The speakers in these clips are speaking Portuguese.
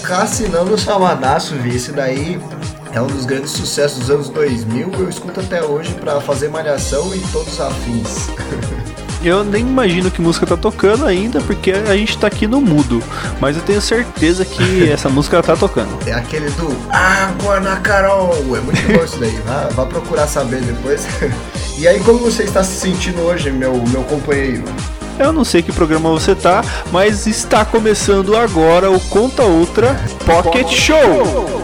Cassinão no Salmadaço, vi. Esse daí é um dos grandes sucessos dos anos 2000. Eu escuto até hoje pra fazer malhação e todos os afins. Eu nem imagino que música tá tocando ainda, porque a gente tá aqui no mudo. Mas eu tenho certeza que essa música tá tocando. É aquele do Água na Carol. É muito bom isso daí. Vá procurar saber depois. E aí, como você está se sentindo hoje, meu companheiro? Eu não sei que programa você tá, mas está começando agora o Conta Outra Pocket Show!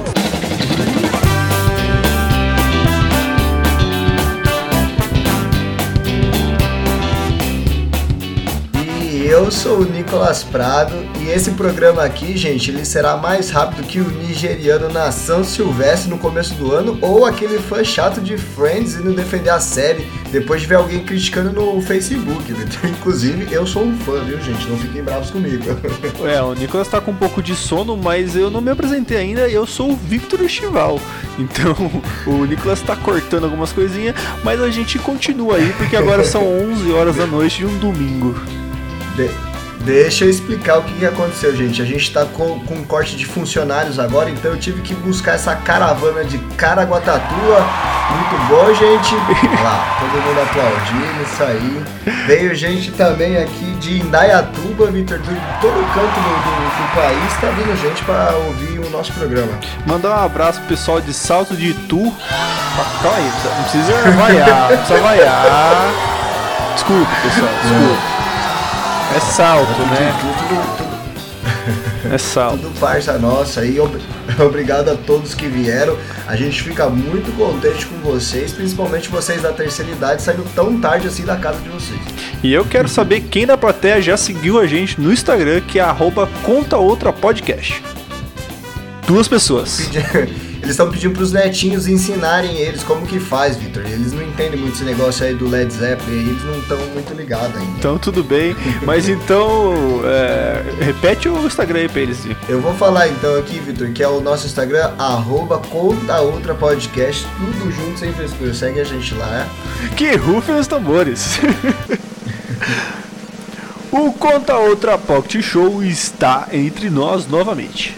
Eu sou o Nicolas Prado e esse programa aqui, gente, ele será mais rápido que o nigeriano Nação Silvestre no começo do ano ou aquele fã chato de Friends indo defender a série depois de ver alguém criticando no Facebook. Inclusive, eu sou um fã, viu, gente? Não fiquem bravos comigo. O Nicolas tá com um pouco de sono, mas eu não me apresentei ainda. Eu sou o Victor Estival. Então, o Nicolas tá cortando algumas coisinhas, mas a gente continua aí, porque agora são 11 horas da noite de um domingo. Deixa eu explicar o que aconteceu, gente. A gente tá com um corte de funcionários agora, então eu tive que buscar essa caravana de Caraguatatuba. Muito bom, gente. Olha lá, todo mundo aplaudindo, isso aí. Veio gente também aqui de Indaiatuba, Vitor, de todo canto do país, tá vindo gente pra ouvir o nosso programa. Mandar um abraço pro pessoal de Salto de Itu. Calma aí, não precisa vaiar, não precisa vaiar. Desculpa, pessoal, desculpa. É salto, né? É salto. Tudo parça nossa aí. Obrigado a todos que vieram. A gente fica muito contente com vocês, principalmente vocês da terceira idade, saindo tão tarde assim da casa de vocês. E eu quero saber quem da plateia já seguiu a gente no Instagram, que é @contaoutrapodcast. 2 pessoas. Eles estão pedindo pros netinhos ensinarem eles como que faz, Victor. Eles não entendem muito esse negócio aí do Led Zeppelin, eles não estão muito ligados ainda. Então tudo bem, mas então repete o Instagram aí pra eles. Eu vou falar então aqui, Victor, que é o nosso Instagram, @contaoutrapodcast, tudo junto, sem frescura. Segue a gente lá, Que rufem os tambores. O Conta Outra Pocket Show está entre nós novamente.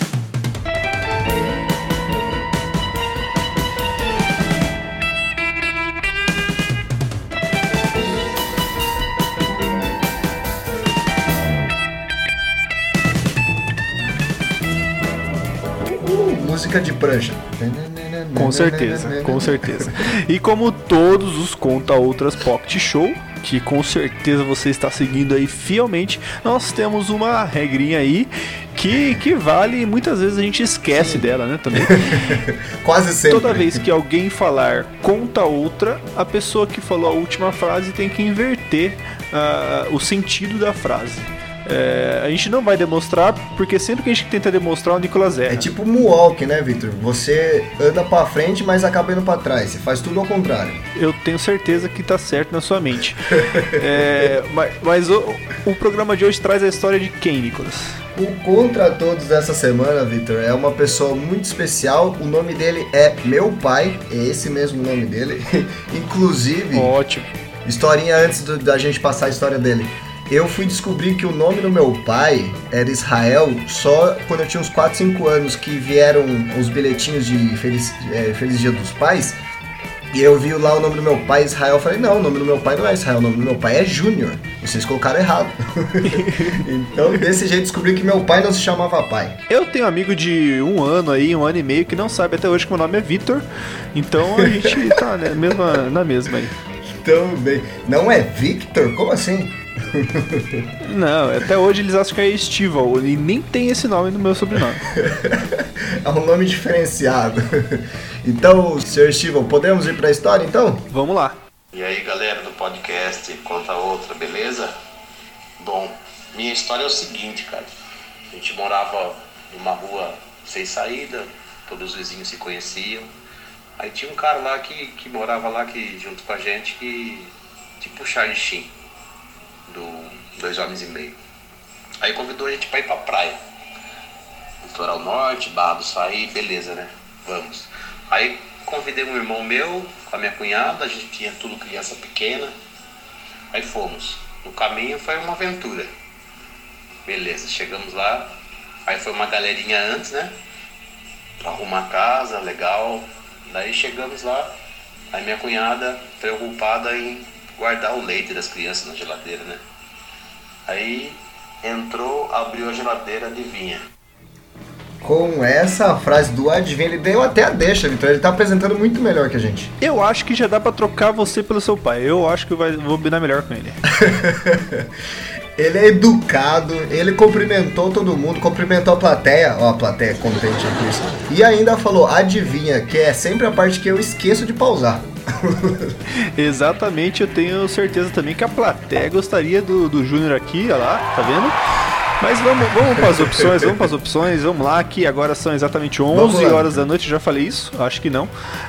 Música de prancha. Com certeza, com certeza. E como todos os Conta Outras Pocket Show, que com certeza você está seguindo aí fielmente, nós temos uma regrinha aí que vale, muitas vezes a gente esquece dela, né, também. Quase sempre. Toda vez que alguém falar conta outra, a pessoa que falou a última frase tem que inverter o sentido da frase. A gente não vai demonstrar, porque sempre que a gente tenta demonstrar, o Nicolas erra. É tipo Moonwalk, né, Victor? Você anda pra frente, mas acaba indo pra trás. Você faz tudo ao contrário. Eu tenho certeza que tá certo na sua mente. Mas o programa de hoje traz a história de quem, Nicolas? O Contra Todos dessa semana, Victor, é uma pessoa muito especial. O nome dele é Meu Pai. É esse mesmo nome dele. Inclusive... Ótimo. Historinha antes da gente passar a história dele. Eu fui descobrir que o nome do meu pai era Israel só quando eu tinha uns 4, 5 anos, que vieram os bilhetinhos de Feliz Dia dos Pais, e eu vi lá o nome do meu pai, Israel. Eu falei, não, o nome do meu pai não é Israel, o nome do meu pai é Júnior. Vocês colocaram errado. Então, desse jeito, descobri que meu pai não se chamava pai. Eu tenho um amigo de 1 ano e meio, que não sabe até hoje que meu nome é Victor. Então, a gente tá na mesma aí. Então, bem. Não é Victor? Como assim? Não, até hoje eles acham que é Estival e nem tem esse nome no meu sobrenome. É um nome diferenciado. Então, Sr. Estival, podemos ir pra história então? Vamos lá. E aí, galera do podcast Conta Outra, beleza? Bom, minha história é o seguinte, cara. A gente morava numa rua sem saída, todos os vizinhos se conheciam. Aí tinha um cara lá que morava lá junto com a gente, tipo o Charlie Sheen, do 2 Homens e Meio. Aí convidou a gente pra ir pra praia. Litoral Norte, Barra do Saí, beleza, né? Vamos. Aí convidei um irmão meu com a minha cunhada, a gente tinha tudo criança pequena. Aí fomos. No caminho foi uma aventura. Beleza, chegamos lá, Aí foi uma galerinha antes, né? Pra arrumar a casa, legal. Daí chegamos lá, aí minha cunhada preocupada em guardar o leite das crianças na geladeira, né? Aí entrou, abriu a geladeira, adivinha? Com essa frase do adivinha, ele deu até a deixa, Vitor. Ele tá apresentando muito melhor que a gente. Eu acho que já dá pra trocar você pelo seu pai. Eu acho que vou combinar melhor com ele. Ele é educado, ele cumprimentou todo mundo, cumprimentou a plateia. Ó, a plateia contente com isso. E ainda falou, adivinha, que é sempre a parte que eu esqueço de pausar. Exatamente, eu tenho certeza também que a plateia gostaria do Júnior aqui, olha lá, tá vendo? Mas vamos para as opções, vamos lá, que agora são exatamente 11 horas da noite, já falei isso? Acho que não.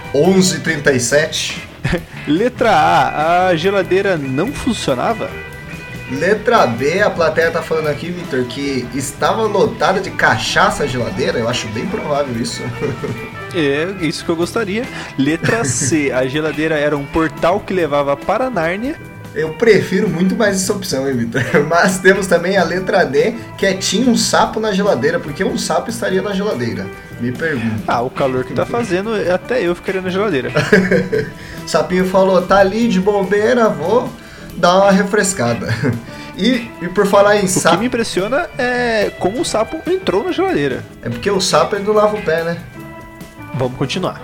11h37. Letra A, a geladeira não funcionava? Letra B, a plateia tá falando aqui, Vitor, que estava lotada de cachaça a geladeira, eu acho bem provável isso. É, isso que eu gostaria. Letra C, a geladeira era um portal que levava para Nárnia. Eu prefiro muito mais essa opção, hein, Vitor? Mas temos também a letra D, que é tinha um sapo na geladeira, porque um sapo estaria na geladeira. Me pergunto. Ah, o calor que tá fazendo, até eu ficaria na geladeira. Sapinho falou, tá ali de bobeira, vou dar uma refrescada. E por falar em sapo... O que me impressiona é como o sapo entrou na geladeira. É porque o sapo ele não lava o pé, né? Vamos continuar.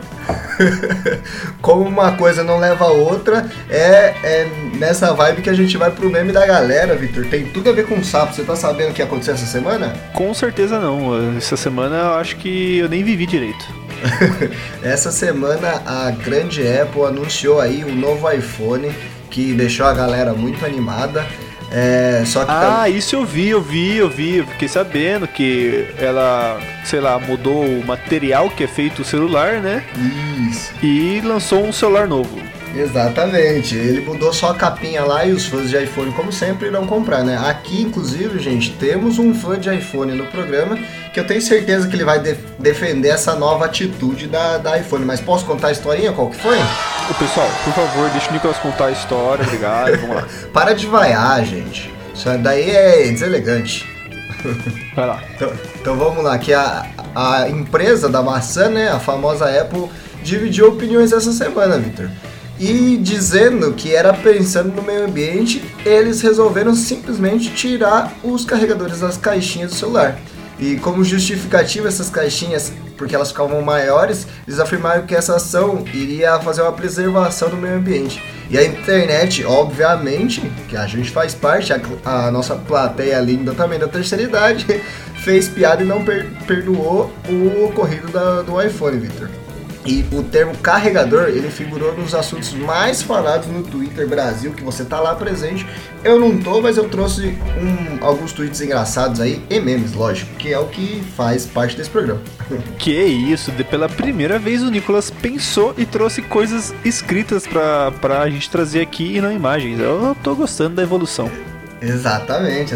Como uma coisa não leva a outra, é nessa vibe que a gente vai pro meme da galera, Vitor. Tem tudo a ver com sapo. Você tá sabendo o que aconteceu essa semana? Com certeza não. Essa semana eu acho que eu nem vivi direito. Essa semana a grande Apple anunciou aí um novo iPhone que deixou a galera muito animada. Só que isso eu vi, fiquei sabendo que ela, sei lá, mudou o material que é feito o celular, né? Isso. E lançou um celular novo. Exatamente, ele mudou só a capinha lá e os fãs de iPhone, como sempre, irão comprar, né? Aqui, inclusive, gente, temos um fã de iPhone no programa que eu tenho certeza que ele vai defender essa nova atitude da iPhone. Mas posso contar a historinha? Qual que foi? Ô, pessoal, por favor, deixa o Nicolas contar a história, obrigado, vamos lá. Para de vaiar, gente. Isso daí é deselegante. Vai lá. Então vamos lá, que a empresa da maçã, né, a famosa Apple, dividiu opiniões essa semana, Vitor. E dizendo que era pensando no meio ambiente, eles resolveram simplesmente tirar os carregadores das caixinhas do celular. E como justificativa essas caixinhas, porque elas ficavam maiores, eles afirmaram que essa ação iria fazer uma preservação do meio ambiente. E a internet, obviamente, que a gente faz parte, a nossa plateia linda também da terceira idade, fez piada e não perdoou o ocorrido do iPhone, Victor. E o termo carregador, ele figurou nos assuntos mais falados no Twitter Brasil, que você tá lá presente. Eu não tô, mas eu trouxe alguns tweets engraçados aí, e memes, lógico, que é o que faz parte desse programa. Que isso, pela primeira vez o Nicolas pensou e trouxe coisas escritas pra gente trazer aqui e não imagens. Eu tô gostando da evolução. Exatamente.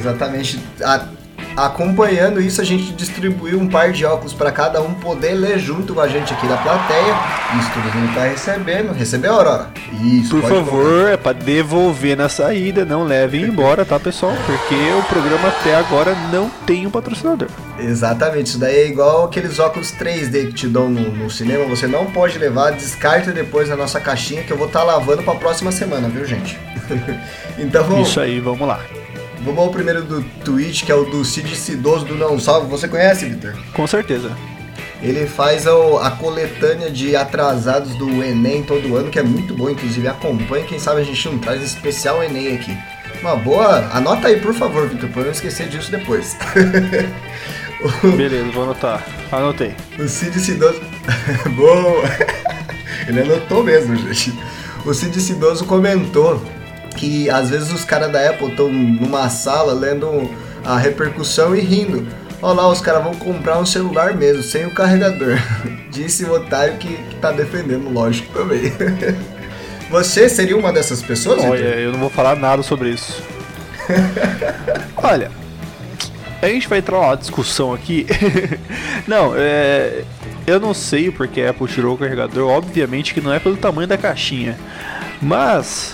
Acompanhando isso, a gente distribuiu um par de óculos para cada um poder ler junto com a gente aqui da plateia. Isso tudo a gente tá recebendo. Recebeu, Aurora? Isso. Por favor, é para devolver na saída, não levem embora, tá, pessoal? Porque o programa até agora não tem um patrocinador. Exatamente, isso daí é igual aqueles óculos 3D que te dão no cinema. Você não pode levar, descarta depois na nossa caixinha que eu vou estar lavando para a próxima semana, viu, gente? Então vamos... Isso aí, vamos lá. Vamos ao primeiro do tweet, que é o do Cid Cidoso do Não Salve. Você conhece, Vitor? Com certeza. Ele faz a coletânea de atrasados do Enem todo ano, que é muito bom, inclusive acompanha. Quem sabe a gente não traz especial Enem aqui. Uma boa... Anota aí, por favor, Vitor, pra eu não esquecer disso depois. Beleza, vou anotar. Anotei. O Cid Cidoso... Boa! Ele anotou mesmo, gente. O Cid Cidoso comentou que às vezes os caras da Apple estão numa sala lendo a repercussão e rindo. Olha lá, os caras vão comprar um celular mesmo, sem o carregador. Disse o otário que tá defendendo, lógico, também. Você seria uma dessas pessoas? Olha, eu não vou falar nada sobre isso. Olha, a gente vai entrar numa discussão aqui. Não, eu não sei porque a Apple tirou o carregador. Obviamente que não é pelo tamanho da caixinha. Mas...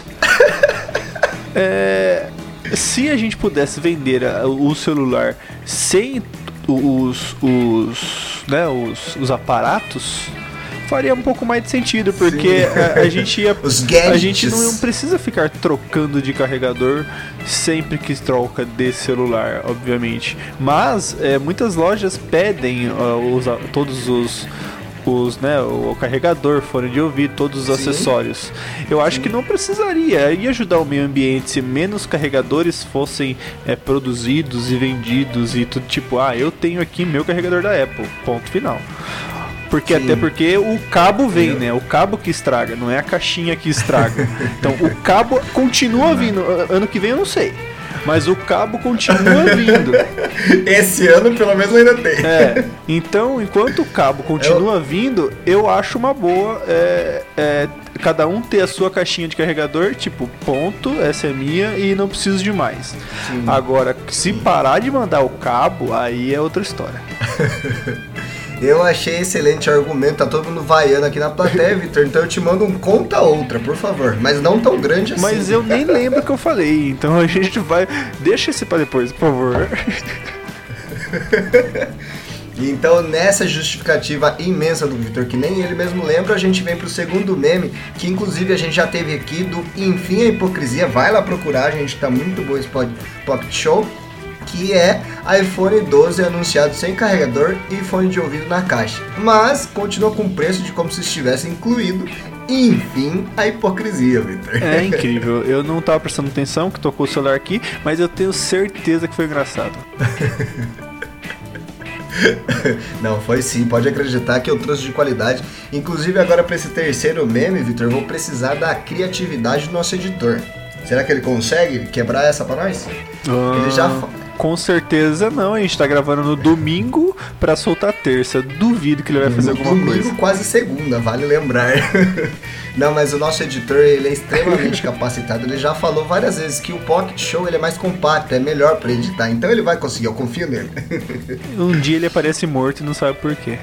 se a gente pudesse vender o celular sem os aparatos, faria um pouco mais de sentido, porque a gente não precisa ficar trocando de carregador sempre que troca de celular, obviamente. Mas muitas lojas pedem todos o carregador, fone de ouvido, todos os acessórios. Eu acho que não precisaria. Ia ajudar o meio ambiente se menos carregadores fossem produzidos e vendidos e tudo tipo, eu tenho aqui meu carregador da Apple, ponto final. Até porque o cabo vem, né? O cabo que estraga, não é a caixinha que estraga. Então o cabo continua vindo. Ano que vem eu não sei, mas o cabo continua vindo. Esse ano pelo menos ainda tem. Então, enquanto o cabo continua vindo, eu acho uma boa cada um ter a sua caixinha de carregador, tipo, ponto, essa é minha e não preciso de mais. Sim. Agora, se parar de mandar o cabo, aí é outra história. Eu achei excelente o argumento, tá todo mundo vaiando aqui na plateia, Vitor, então eu te mando um conta outra, por favor, mas não tão grande assim. Mas eu nem lembro o que eu falei, então a gente vai... Deixa esse pra depois, por favor. Então, nessa justificativa imensa do Vitor, que nem ele mesmo lembra, a gente vem pro segundo meme, que inclusive a gente já teve aqui, do Enfim a Hipocrisia, vai lá procurar, gente, tá muito bom esse Pocket Show, que é iPhone 12 anunciado sem carregador e fone de ouvido na caixa, mas continua com o preço de como se estivesse incluído. Enfim, a hipocrisia, Vitor. É incrível, eu não tava prestando atenção, que tocou o celular aqui, mas eu tenho certeza que foi engraçado. Não, foi sim, pode acreditar que eu trouxe de qualidade. Inclusive agora para esse terceiro meme, Vitor, eu vou precisar da criatividade do nosso editor. Será que ele consegue quebrar essa para nós? Ele já... Com certeza não, a gente tá gravando no domingo pra soltar terça. Duvido que ele vai fazer alguma coisa. Domingo, quase segunda, vale lembrar. Não, mas o nosso editor, ele é extremamente capacitado. Ele já falou várias vezes que o Pocket Show ele é mais compacto, é melhor pra editar. Então ele vai conseguir, eu confio nele. Um dia ele aparece morto e não sabe por quê.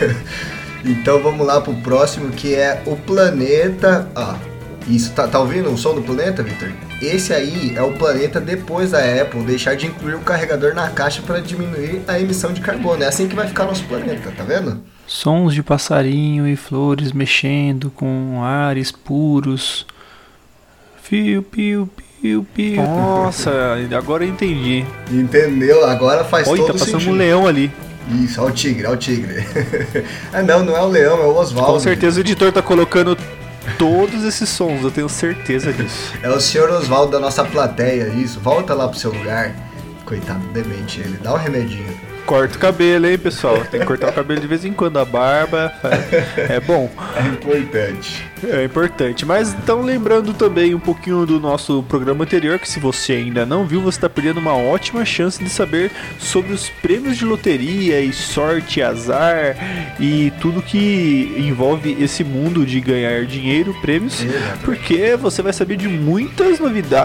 Então vamos lá pro próximo, que é o planeta... Isso, tá ouvindo o som do planeta, Vitor? Esse aí é o planeta depois da Apple deixar de incluir o carregador na caixa para diminuir a emissão de carbono. É assim que vai ficar nosso planeta, tá vendo? Sons de passarinho e flores mexendo com ares puros. Piu, piu, piu, piu. Nossa, agora eu entendi. Entendeu? Agora faz todo sentido. Tá passando um leão ali. Isso, olha o tigre. Não é o leão, é o Oswaldo. Com certeza o editor tá colocando todos esses sons, eu tenho certeza disso. É o senhor Oswaldo da nossa plateia, isso. Volta lá pro seu lugar. Coitado, demente ele. Dá um remedinho. Corta o cabelo, hein, pessoal? Tem que cortar o cabelo de vez em quando, a barba. É bom. É importante. É importante. Mas então, lembrando também um pouquinho do nosso programa anterior, que se você ainda não viu, você está perdendo uma ótima chance de saber sobre os prêmios de loteria e sorte, azar e tudo que envolve esse mundo de ganhar dinheiro, prêmios, porque você vai saber de muitas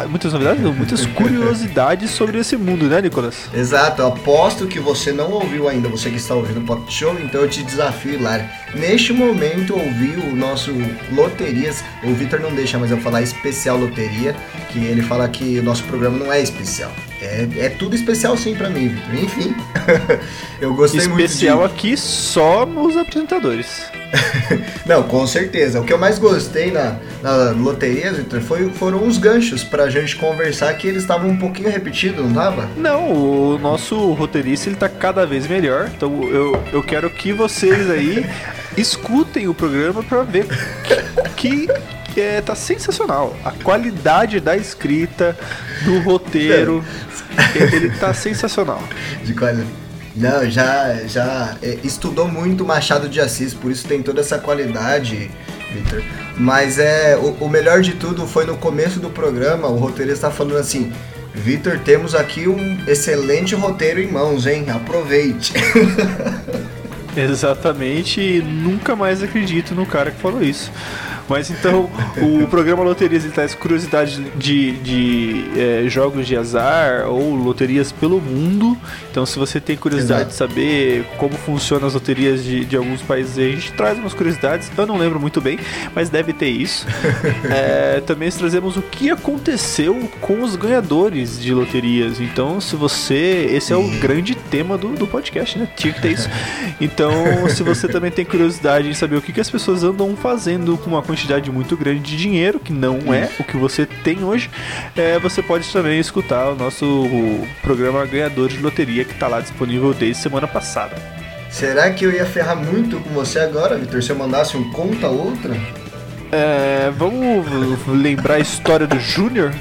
curiosidades sobre esse mundo, né, Nicolas? Exato, eu aposto que você não ouviu ainda, você que está ouvindo o Pocket Show, então eu te desafio, Lara. Neste momento, ouvir o nosso Loterias, o Vitor não deixa, mas eu falar especial loteria, que ele fala que o nosso programa não é especial. É tudo especial sim pra mim, Vitor. Enfim, eu gostei especial muito Especial aqui só nos apresentadores. Não, com certeza. O que eu mais gostei na Loterias, Vitor, foram os ganchos pra gente conversar, que eles estavam um pouquinho repetidos, não tava? Não, o nosso roteirista ele tá cada vez melhor. Então eu quero que vocês aí escutem o programa pra ver que tá sensacional. A qualidade da escrita, do roteiro, ele tá sensacional. De qualidade. Não, já estudou muito Machado de Assis, por isso tem toda essa qualidade, Vitor. Mas o melhor de tudo foi no começo do programa, o roteirista tá falando assim: Vitor, temos aqui um excelente roteiro em mãos, hein? Aproveite. Exatamente, e nunca mais acredito no cara que falou isso. Mas então, o programa Loterias ele traz curiosidades de jogos de azar ou loterias pelo mundo. Então, se você tem curiosidade de saber como funcionam as loterias de alguns países, a gente traz umas curiosidades. Eu não lembro muito bem, mas deve ter isso. Também trazemos o que aconteceu com os ganhadores de loterias. Então, se você... Esse é o grande tema do podcast, né? Tinha que ter isso. Então, se você também tem curiosidade em saber o que as pessoas andam fazendo com uma quantidade muito grande de dinheiro, que não é o que você tem hoje, você pode também escutar o nosso programa Ganhadores de Loteria, que está lá disponível desde semana passada. Será que eu ia ferrar muito com você agora, Vitor, se eu mandasse um conta outra? Vamos lembrar a história do Júnior?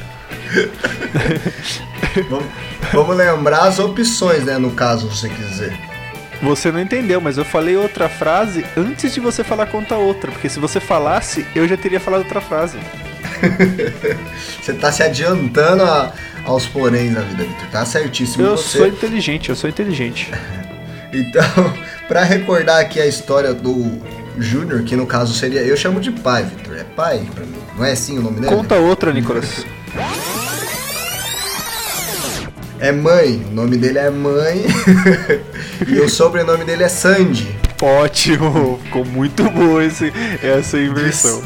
Vamos lembrar as opções, né, no caso, se você quiser. Você não entendeu, mas eu falei outra frase antes de você falar conta outra, porque se você falasse, eu já teria falado outra frase. Você tá se adiantando aos poréns da vida, Vitor. Tá certíssimo. Eu sou inteligente. Então, pra recordar aqui a história do Júnior, que no caso seria... Eu chamo de pai, Vitor. É pai pra mim. Não é assim o nome dele? Conta outra, Nicolas. É Mãe. O nome dele é Mãe. E o sobrenome dele é Sandy. Ótimo. Ficou muito boa essa inversão.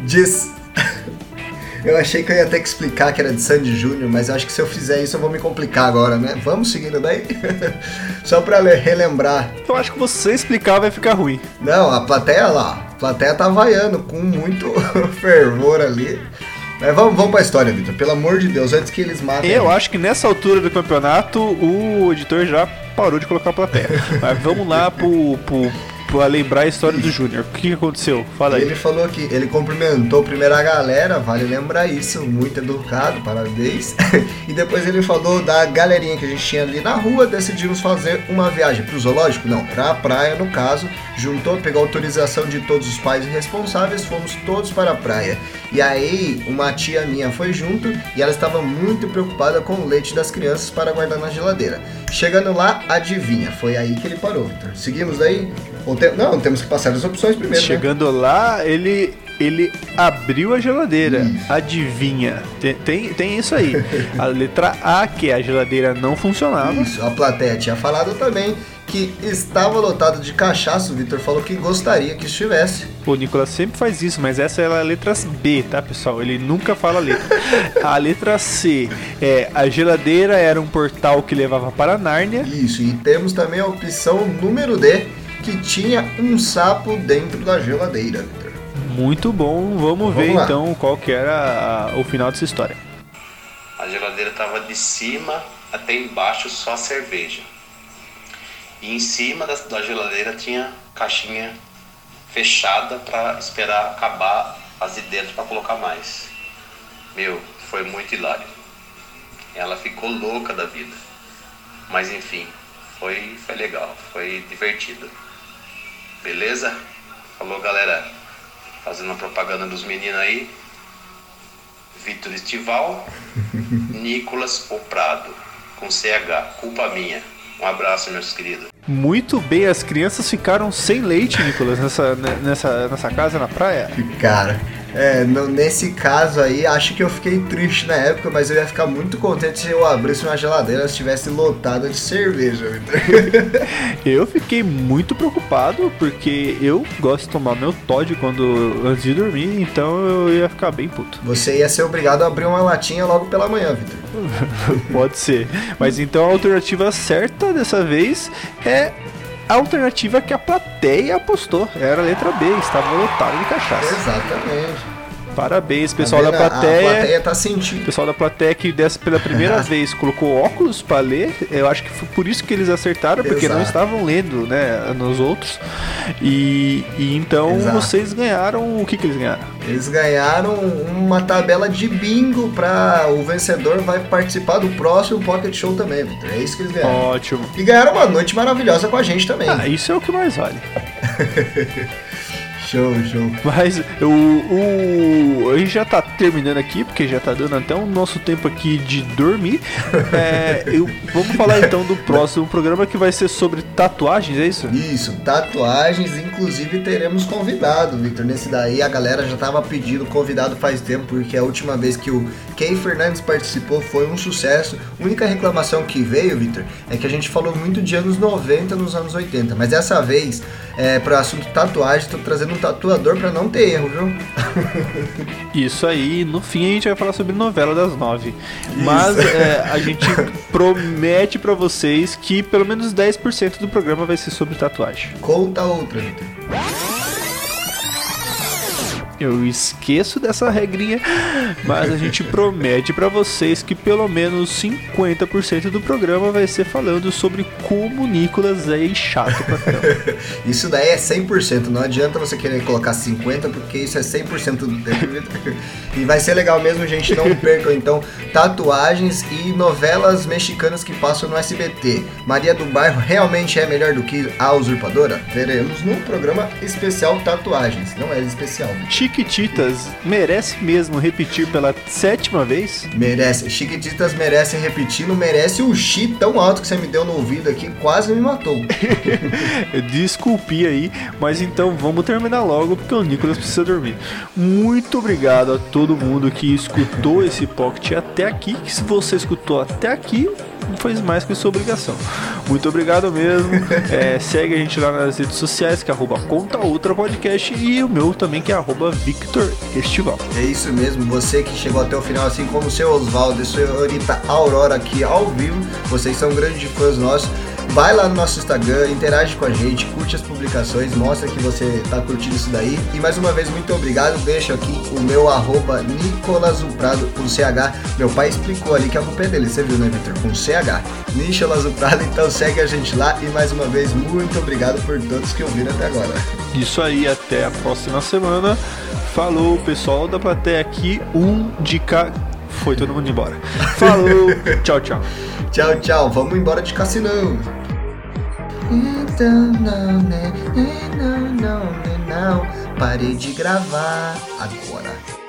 Eu achei que eu ia ter que explicar que era de Sandy Júnior, mas eu acho que se eu fizer isso eu vou me complicar agora, né? Vamos seguindo daí? Só pra relembrar. Eu acho que você explicar vai ficar ruim. Não, a plateia tá vaiando com muito fervor ali. Mas vamos pra história, Vitor. Pelo amor de Deus, antes que eles matem. Eu acho que nessa altura do campeonato o editor já parou de colocar a plateia. Mas vamos lá pra lembrar a história do Júnior. O que aconteceu? Fala aí. Ele falou que ele cumprimentou primeiro a galera, vale lembrar isso, muito educado, parabéns. E depois ele falou da galerinha que a gente tinha ali na rua, decidimos fazer uma viagem pro zoológico? Não, pra praia no caso. Juntou, pegou a autorização de todos os pais responsáveis, fomos todos para a praia. E aí, uma tia minha foi junto e ela estava muito preocupada com o leite das crianças para guardar na geladeira. Chegando lá, adivinha, foi aí que ele parou, Vitor. Seguimos daí? Não, temos que passar as opções primeiro, Chegando lá, ele abriu a geladeira. Adivinha. Tem isso aí. A letra A, que a geladeira não funcionava. Isso, a plateia tinha falado também que estava lotado de cachaça. O Vitor falou que gostaria que estivesse. O Nicolas sempre faz isso, mas essa é a letra B, tá, pessoal? Ele nunca fala a letra. A letra C a geladeira era um portal que levava para Nárnia. Isso, e temos também a opção número D, que tinha um sapo dentro da geladeira, Vitor. Muito bom, vamos ver lá. Então qual que era o final dessa história. A geladeira estava de cima até embaixo só cerveja. E em cima da geladeira tinha caixinha fechada para esperar acabar as de dentro para colocar mais. Foi muito hilário. Ela ficou louca da vida. Mas enfim, foi legal, foi divertido. Beleza? Falou, galera. Fazendo uma propaganda dos meninos aí. Vitor Estival, Nicolas O Prado, com CH, culpa minha. Um abraço, meus queridos. Muito bem, as crianças ficaram sem leite, Nicolas, nessa casa na praia? Cara, nesse caso aí, acho que eu fiquei triste na época, mas eu ia ficar muito contente se eu abrisse uma geladeira e estivesse lotada de cerveja, Vitor. Eu fiquei muito preocupado, porque eu gosto de tomar meu Todd antes de dormir, então eu ia ficar bem puto. Você ia ser obrigado a abrir uma latinha logo pela manhã, Vitor. Pode ser. Mas então a alternativa certa dessa vez é a alternativa que a plateia apostou. Era a letra B, estava lotada de cachaça. Exatamente. Parabéns, pessoal da plateia. A plateia tá sentindo. Pessoal da plateia que dessa pela primeira vez colocou óculos para ler. Eu acho que foi por isso que eles acertaram, porque não estavam lendo, né, nos outros. E então vocês ganharam. O que eles ganharam? Eles ganharam uma tabela de bingo para o vencedor vai participar do próximo Pocket Show também, Vitor. É isso que eles ganharam. Ótimo. E ganharam uma noite maravilhosa com a gente também. Isso é o que mais vale. Show. Mas a gente já tá terminando aqui, porque já tá dando até o nosso tempo aqui de dormir. Vamos falar então do próximo programa, que vai ser sobre tatuagens, é isso? Isso, tatuagens. Inclusive teremos convidado, Victor. Nesse daí a galera já tava pedindo convidado faz tempo, porque a última vez que o Kay Fernandes participou foi um sucesso. A única reclamação que veio, Victor, é que a gente falou muito de anos 90 nos anos 80, mas dessa vez, para o assunto tatuagem, tô trazendo um tatuador para não ter erro, viu? Isso aí, no fim a gente vai falar sobre novela das 9. Mas a gente promete para vocês que pelo menos 10% do programa vai ser sobre tatuagem. Conta outra, Victor. Eu esqueço dessa regrinha, mas a gente promete pra vocês que pelo menos 50% do programa vai ser falando sobre como o Nicolas é chato pra caramba. Isso daí é 100%, não adianta você querer colocar 50%, porque isso é 100% do tempo. E vai ser legal mesmo, gente, não percam então tatuagens e novelas mexicanas que passam no SBT. Maria do Bairro realmente é melhor do que A Usurpadora? Veremos no programa especial Tatuagens, não é especial. Chiquititas merece mesmo repetir pela 7ª vez? Merece. Chiquititas merecem repetir, não merece o chi tão alto que você me deu no ouvido aqui, quase me matou. Desculpe aí, mas então vamos terminar logo, porque o Nicolas precisa dormir. Muito obrigado a todo mundo que escutou esse pocket até aqui, que se você escutou até aqui, fez mais que sua obrigação. Muito obrigado mesmo. Segue a gente lá nas redes sociais, que é @ContaOutraPodcast, e o meu também, que é @VictorEstival. É isso mesmo, você que chegou até o final, assim como o seu Oswaldo e senhorita Aurora aqui ao vivo, vocês são grandes fãs nossos. Vai lá no nosso Instagram, interage com a gente, curte as publicações, mostra que você tá curtindo isso daí. E mais uma vez, muito obrigado. Deixo aqui o meu @NicolasUprado com CH. Meu pai explicou ali que a culpa é dele, você viu, né, Victor? Com CH. Nicolas Uprado, então segue a gente lá. E mais uma vez, muito obrigado por todos que ouviram até agora. Isso aí, até a próxima semana. Falou, pessoal da plateia aqui, foi todo mundo embora. Falou, tchau. Tchau, vamos embora de cassinão. Então não, parei de gravar agora.